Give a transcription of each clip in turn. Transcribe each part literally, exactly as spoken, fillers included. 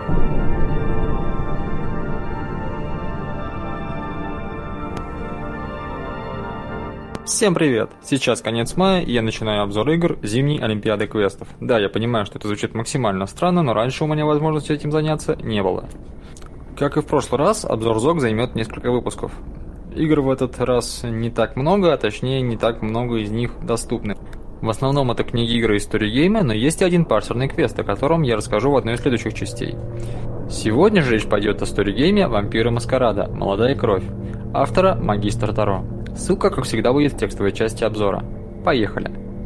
Всем привет! Сейчас конец мая, и я начинаю обзор игр зимней Олимпиады квестов. Да, я понимаю, что это звучит максимально странно, но раньше у меня возможности этим заняться не было. Как и в прошлый раз, обзор зог займет несколько выпусков. Игр в этот раз не так много, а точнее не так много из них доступны. В основном это книги, игры и сторигеймы, но есть и один парсерный квест, о котором я расскажу в одной из следующих частей. Сегодня же речь пойдет о сторигейме «Вампиры Маскарада. Молодая кровь» автора Магистр Таро. Ссылка, как всегда, будет в текстовой части обзора. Поехали!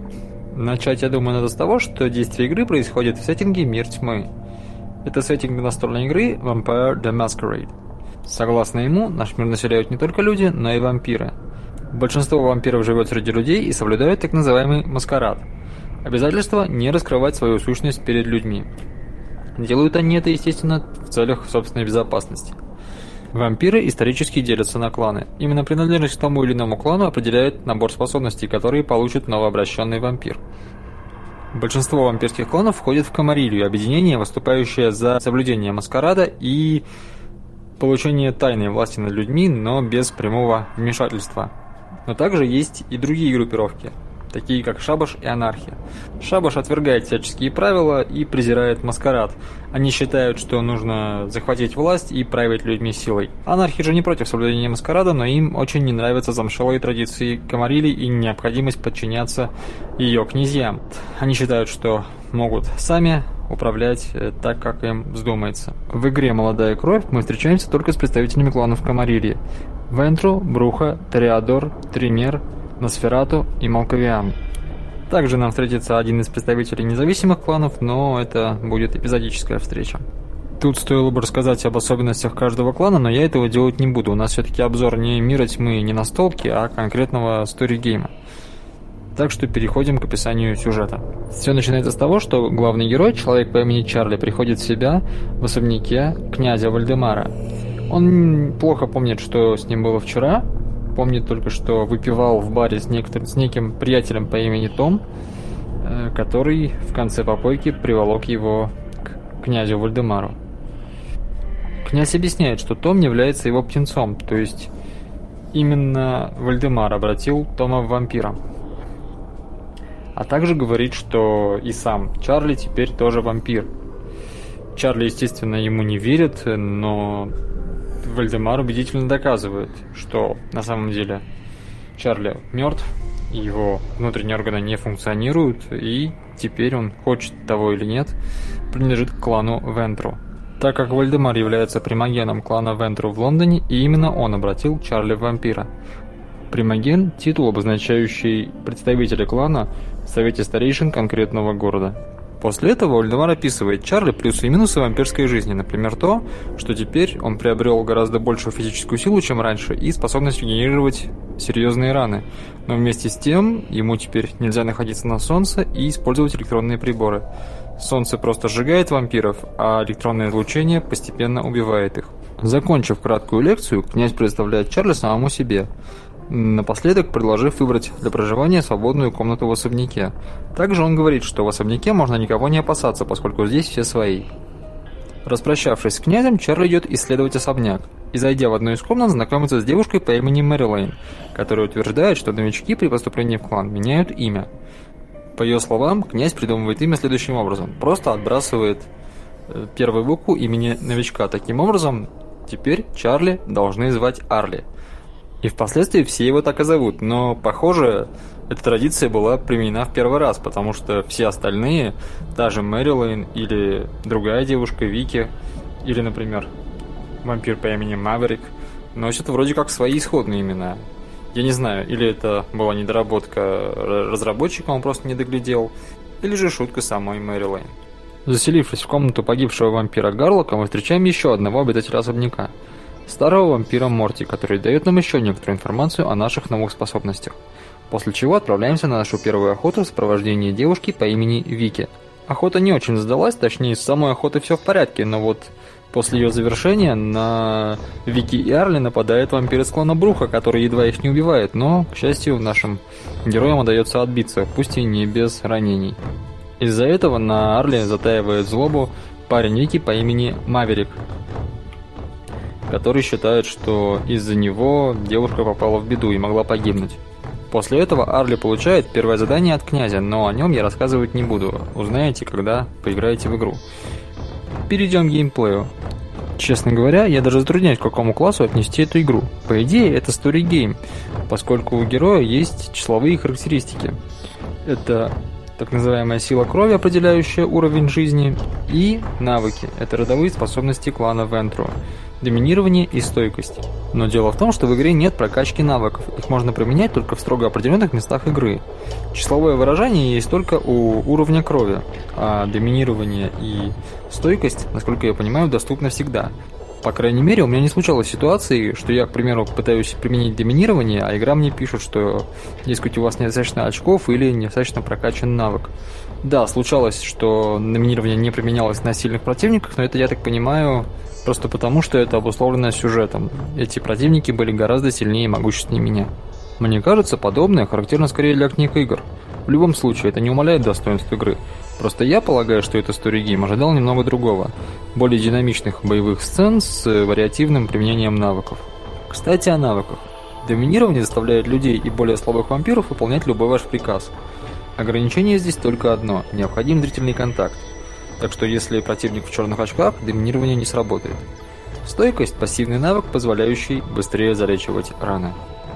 Начать, я думаю, надо с того, что действие игры происходит в сеттинге «Мир тьмы». Это сеттинг настольной игры Vampire the Masquerade. Согласно ему, наш мир населяют не только люди, но и вампиры. Большинство вампиров живет среди людей и соблюдают так называемый маскарад. Обязательство не раскрывать свою сущность перед людьми. Делают они это, естественно, в целях собственной безопасности. Вампиры исторически делятся на кланы. Именно принадлежность к тому или иному клану определяет набор способностей, которые получит новообращенный вампир. Большинство вампирских кланов входит в Камарилью, объединение, выступающее за соблюдение маскарада и получение тайной власти над людьми, но без прямого вмешательства. Но также есть и другие группировки, такие как Шабаш и Анархия. Шабаш отвергает всяческие правила и презирает маскарад. Они считают, что нужно захватить власть и править людьми силой. Анархи же не против соблюдения маскарада, но им очень не нравятся замшелые традиции Камарили и необходимость подчиняться ее князьям. Они считают, что могут сами управлять так, как им вздумается. В игре «Молодая кровь» мы встречаемся только с представителями кланов Камарилии: Вентру, Бруха, Тореадор, Тример, Носферату и Малковиан. Также нам встретится один из представителей независимых кланов, но это будет эпизодическая встреча. Тут стоило бы рассказать об особенностях каждого клана, но я этого делать не буду. У нас все-таки обзор не мира тьмы, не настолки, а конкретного сторигейма. Так что переходим к описанию сюжета. Все начинается с того, что главный герой, человек по имени Чарли, приходит в себя в особняке князя Вальдемара. Он плохо помнит, что с ним было вчера. Помнит только, что выпивал в баре с, некотор... с неким приятелем по имени Том, э, который в конце попойки приволок его к князю Вальдемару. Князь объясняет, что Том является его птенцом, то есть именно Вальдемар обратил Тома в вампира. А также говорит, что и сам Чарли теперь тоже вампир. Чарли, естественно, ему не верит, но Вальдемар убедительно доказывает, что на самом деле Чарли мертв, его внутренние органы не функционируют, и теперь он, хочет того или нет, принадлежит к клану Вентру. Так как Вальдемар является примагеном клана Вентру в Лондоне, и именно он обратил Чарли в вампира. Примаген – титул, обозначающий представителя клана в совете старейшин конкретного города. После этого Вальдемар описывает Чарли плюсы и минусы вампирской жизни, например, то, что теперь он приобрел гораздо большую физическую силу, чем раньше, и способность генерировать серьезные раны. Но вместе с тем, ему теперь нельзя находиться на солнце и использовать электронные приборы. Солнце просто сжигает вампиров, а электронное излучение постепенно убивает их. Закончив краткую лекцию, князь представляет Чарли самому себе, напоследок предложив выбрать для проживания свободную комнату в особняке. Также он говорит, что в особняке можно никого не опасаться, поскольку здесь все свои. Распрощавшись с князем, Чарли идет исследовать особняк и, зайдя в одну из комнат, знакомится с девушкой по имени Мэрилейн, которая утверждает, что новички при поступлении в клан меняют имя. По ее словам, князь придумывает имя следующим образом: просто отбрасывает первую букву имени новичка. Таким образом, теперь Чарли должны звать Арли. И впоследствии все его так и зовут, но, похоже, эта традиция была применена в первый раз, потому что все остальные, даже Мэрилейн или другая девушка Вики, или, например, вампир по имени Маверик, носят вроде как свои исходные имена. Я не знаю, или это была недоработка разработчика, он просто не доглядел, или же шутка самой Мэрилейн. Заселившись в комнату погибшего вампира Гарлока, мы встречаем еще одного обитателя особняка, старого вампира Морти, который дает нам еще некоторую информацию о наших новых способностях. После чего отправляемся на нашу первую охоту в сопровождении девушки по имени Вики. Охота не очень сдалась, точнее, с самой охотой все в порядке, но вот после ее завершения на Вики и Арли нападает вампир из клана Бруха, который едва их не убивает, но, к счастью, нашим героям удается отбиться, пусть и не без ранений. Из-за этого на Арли затаивает злобу парень Вики по имени Маверик, который считает, что из-за него девушка попала в беду и могла погибнуть. После этого Арли получает первое задание от князя, но о нем я рассказывать не буду. Узнаете, когда поиграете в игру. Перейдем к геймплею. Честно говоря, я даже затрудняюсь, к какому классу отнести эту игру. По идее, это story game, поскольку у героя есть числовые характеристики. Это так называемая сила крови, определяющая уровень жизни, и навыки. Это родовые способности клана Вентру, доминирование и стойкость. Но дело в том, что в игре нет прокачки навыков, их можно применять только в строго определенных местах игры. Числовое выражение есть только у уровня крови, а доминирование и стойкость, насколько я понимаю, доступны всегда. По крайней мере, у меня не случалось ситуации, что я, к примеру, пытаюсь применить доминирование, а игра мне пишет, что, дескать, у вас недостаточно очков или недостаточно прокачан навык. Да, случалось, что доминирование не применялось на сильных противниках, но это, я так понимаю, просто потому, что это обусловлено сюжетом. Эти противники были гораздо сильнее и могущественнее меня. Мне кажется, подобное характерно скорее для книг игр. В любом случае, это не умаляет достоинств игры. Просто я полагаю, что это story game ожидал немного другого. Более динамичных боевых сцен с вариативным применением навыков. Кстати, о навыках. Доминирование заставляет людей и более слабых вампиров выполнять любой ваш приказ. Ограничение здесь только одно – необходим зрительный контакт. Так что если противник в черных очках, доминирование не сработает. Стойкость – пассивный навык, позволяющий быстрее залечивать раны.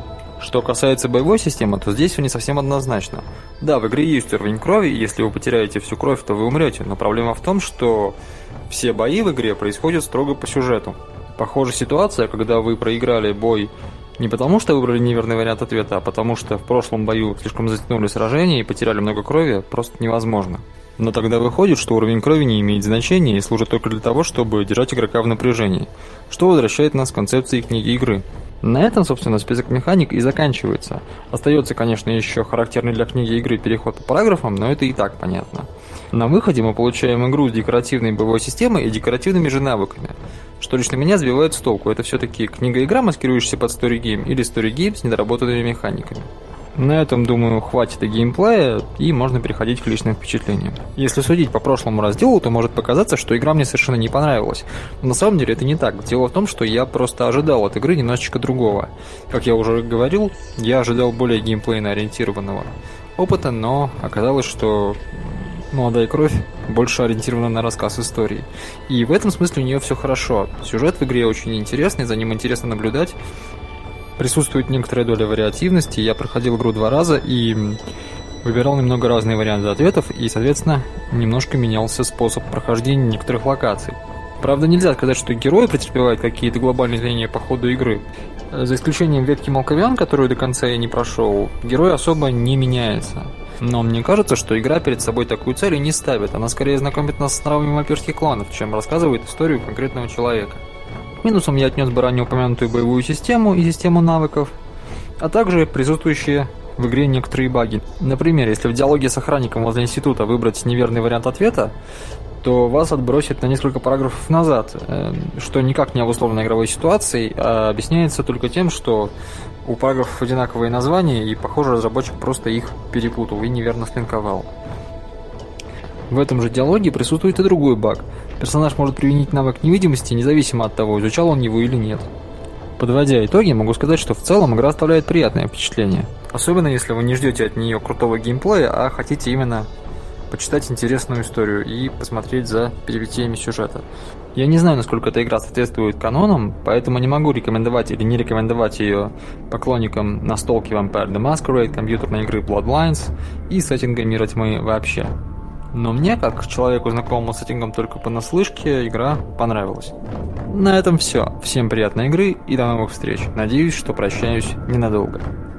Что касается боевой системы, то здесь все не совсем однозначно. Да, в игре есть уровень крови, и если вы потеряете всю кровь, то вы умрете, но проблема в том, что все бои в игре происходят строго по сюжету. Похожая ситуация, когда вы проиграли бой не потому, что выбрали неверный вариант ответа, а потому что в прошлом бою слишком затянули сражение и потеряли много крови, просто невозможно. Но тогда выходит, что уровень крови не имеет значения и служит только для того, чтобы держать игрока в напряжении, что возвращает нас к концепции книги игры. На этом, собственно, список механик и заканчивается. Остается, конечно, еще характерный для книги игры переход по параграфам, но это и так понятно. На выходе мы получаем игру с декоративной боевой системой и декоративными же навыками, что лично меня сбивает с толку. Это все-таки книга-игра, маскирующаяся под story game, или story game с недоработанными механиками. На этом, думаю, хватит и геймплея, и можно переходить к личным впечатлениям. Если судить по прошлому разделу, то может показаться, что игра мне совершенно не понравилась. Но на самом деле это не так. Дело в том, что я просто ожидал от игры немножечко другого. Как я уже говорил, я ожидал более геймплейно ориентированного опыта, но оказалось, что «Молодая кровь» больше ориентирована на рассказ истории. И в этом смысле у нее все хорошо. Сюжет в игре очень интересный, за ним интересно наблюдать. Присутствует некоторая доля вариативности. Я проходил игру два раза и выбирал немного разные варианты ответов, и, соответственно, немножко менялся способ прохождения некоторых локаций. Правда, нельзя сказать, что герой претерпевает какие-то глобальные изменения по ходу игры. За исключением ветки Малковиан, которую до конца я не прошел, герой особо не меняется. Но мне кажется, что игра перед собой такую цель и не ставит. Она скорее знакомит нас с нравами вампирских кланов, чем рассказывает историю конкретного человека. Минусом я отнес бы ранее упомянутую боевую систему и систему навыков, а также присутствующие в игре некоторые баги. Например, если в диалоге с охранником возле института выбрать неверный вариант ответа, то вас отбросит на несколько параграфов назад, что никак не обусловлено игровой ситуацией, а объясняется только тем, что у параграфов одинаковые названия, и, похоже, разработчик просто их перепутал и неверно слинковал. В этом же диалоге присутствует и другой баг. Персонаж может применить навык невидимости, независимо от того, изучал он его или нет. Подводя итоги, могу сказать, что в целом игра оставляет приятное впечатление. Особенно если вы не ждете от нее крутого геймплея, а хотите именно почитать интересную историю и посмотреть за перипетиями сюжета. Я не знаю, насколько эта игра соответствует канонам, поэтому не могу рекомендовать или не рекомендовать ее поклонникам настолки Vampire the Masquerade, компьютерной игры Bloodlines и сеттинга Мира Тьмы вообще. Но мне, как человеку, знакомому с сеттингом только понаслышке, игра понравилась. На этом все. Всем приятной игры и до новых встреч. Надеюсь, что прощаюсь ненадолго.